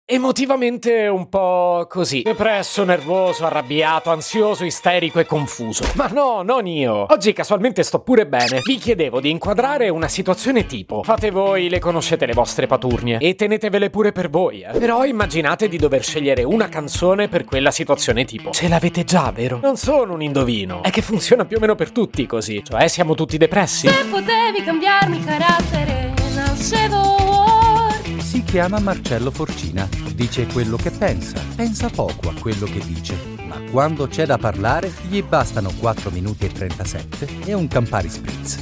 Emotivamente un po' così. Depresso, nervoso, arrabbiato, ansioso, isterico e confuso. Ma no, non io. Oggi casualmente sto pure bene. Vi chiedevo di inquadrare una situazione tipo. Fate voi, le conoscete le vostre paturnie. E tenetevele pure per voi, Però immaginate di dover scegliere una canzone per quella situazione tipo. Ce l'avete già, vero? Non sono un indovino. È che funziona più o meno per tutti così. Cioè, siamo tutti depressi. Se potevi cambiarmi carattere, nascevo. Si chiama Marcello Forcina, dice quello che pensa poco a quello che dice, ma quando c'è da parlare gli bastano 4 minuti e 37 e un Campari Spritz.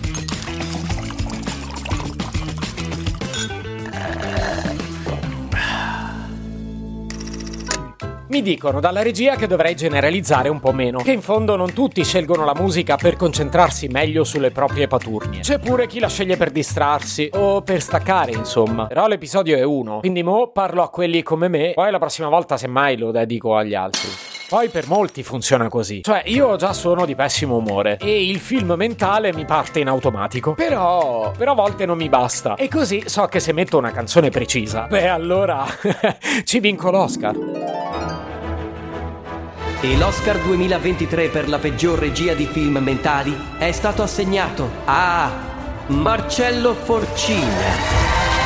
Mi dicono dalla regia che dovrei generalizzare un po' meno, che in fondo non tutti scelgono la musica per concentrarsi meglio sulle proprie paturnie. C'è pure chi la sceglie per distrarsi o per staccare, insomma. Però l'episodio è uno, quindi mo parlo a quelli come me, poi la prossima volta semmai lo dedico agli altri. Poi per molti funziona così. Cioè, io già sono di pessimo umore e il film mentale mi parte in automatico. Però a volte non mi basta. E così so che se metto una canzone precisa, beh allora ci vinco l'Oscar. E l'Oscar 2023 per la peggior regia di film mentali è stato assegnato a Marcello Forcina.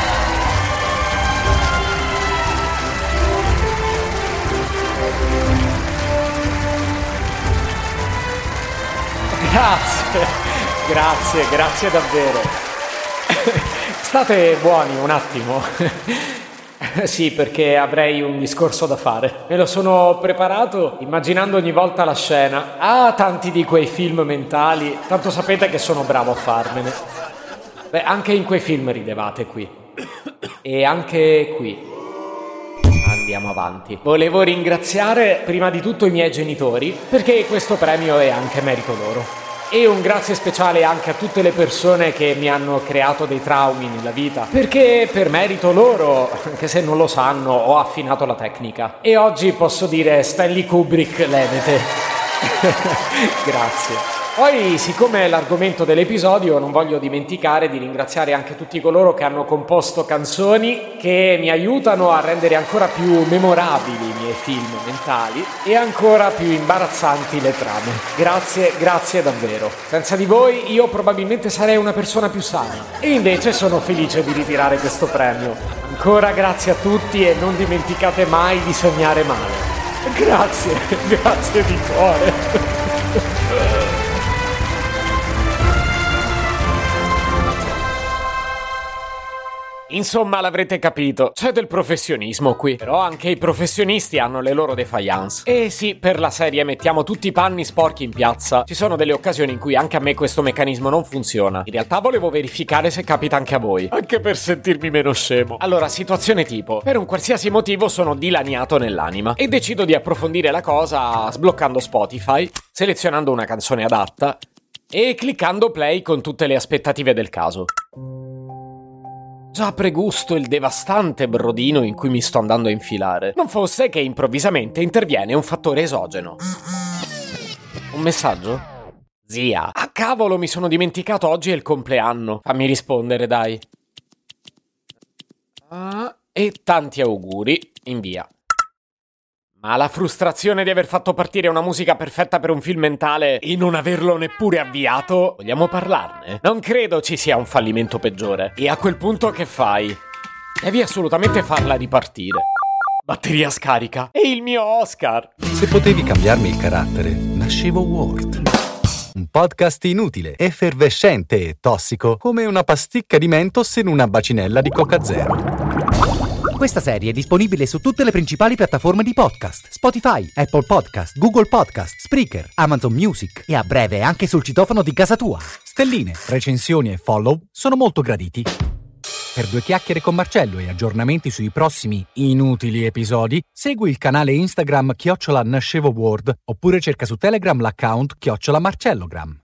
Grazie davvero. State buoni un attimo. Sì, perché avrei un discorso da fare. Me lo sono preparato immaginando ogni volta la scena. Tanti di quei film mentali, tanto sapete che sono bravo a farmene. Beh, anche in quei film ridevate qui. E anche qui. Andiamo avanti. Volevo ringraziare prima di tutto i miei genitori, perché questo premio è anche merito loro. E un grazie speciale anche a tutte le persone che mi hanno creato dei traumi nella vita, perché per merito loro, anche se non lo sanno, ho affinato la tecnica. E oggi posso dire Stanley Kubrick levete. Grazie. Poi, siccome è l'argomento dell'episodio, non voglio dimenticare di ringraziare anche tutti coloro che hanno composto canzoni che mi aiutano a rendere ancora più memorabili i miei film mentali e ancora più imbarazzanti le trame. Grazie davvero. Senza di voi io probabilmente sarei una persona più sana. E invece sono felice di ritirare questo premio. Ancora grazie a tutti e non dimenticate mai di sognare male. Grazie di cuore. Insomma, l'avrete capito, c'è del professionismo qui. Però anche i professionisti hanno le loro defiance. E sì, per la serie mettiamo tutti i panni sporchi in piazza. Ci sono delle occasioni in cui anche a me questo meccanismo non funziona. In realtà volevo verificare se capita anche a voi, anche per sentirmi meno scemo. Allora, situazione tipo: per un qualsiasi motivo sono dilaniato nell'anima e decido di approfondire la cosa sbloccando Spotify, selezionando una canzone adatta e cliccando play con tutte le aspettative del caso. Già pregusto il devastante brodino in cui mi sto andando a infilare. Non fosse che improvvisamente interviene un fattore esogeno. Un messaggio? Zia. Ah cavolo, mi sono dimenticato, oggi è il compleanno. Fammi rispondere, dai. E tanti auguri, invia. Ma la frustrazione di aver fatto partire una musica perfetta per un film mentale e non averlo neppure avviato, vogliamo parlarne? Non credo ci sia un fallimento peggiore. E a quel punto che fai? Devi assolutamente farla ripartire. Batteria scarica. E il mio Oscar! Se potevi cambiarmi il carattere, nascevo Word. Un podcast inutile, effervescente e tossico, come una pasticca di Mentos in una bacinella di Coca Zero. Questa serie è disponibile su tutte le principali piattaforme di podcast: Spotify, Apple Podcast, Google Podcast, Spreaker, Amazon Music e a breve anche sul citofono di casa tua. Stelline, recensioni e follow sono molto graditi. Per 2 chiacchiere con Marcello e aggiornamenti sui prossimi inutili episodi, segui il canale Instagram @NascevoWord oppure cerca su Telegram l'account @MarcelloGram.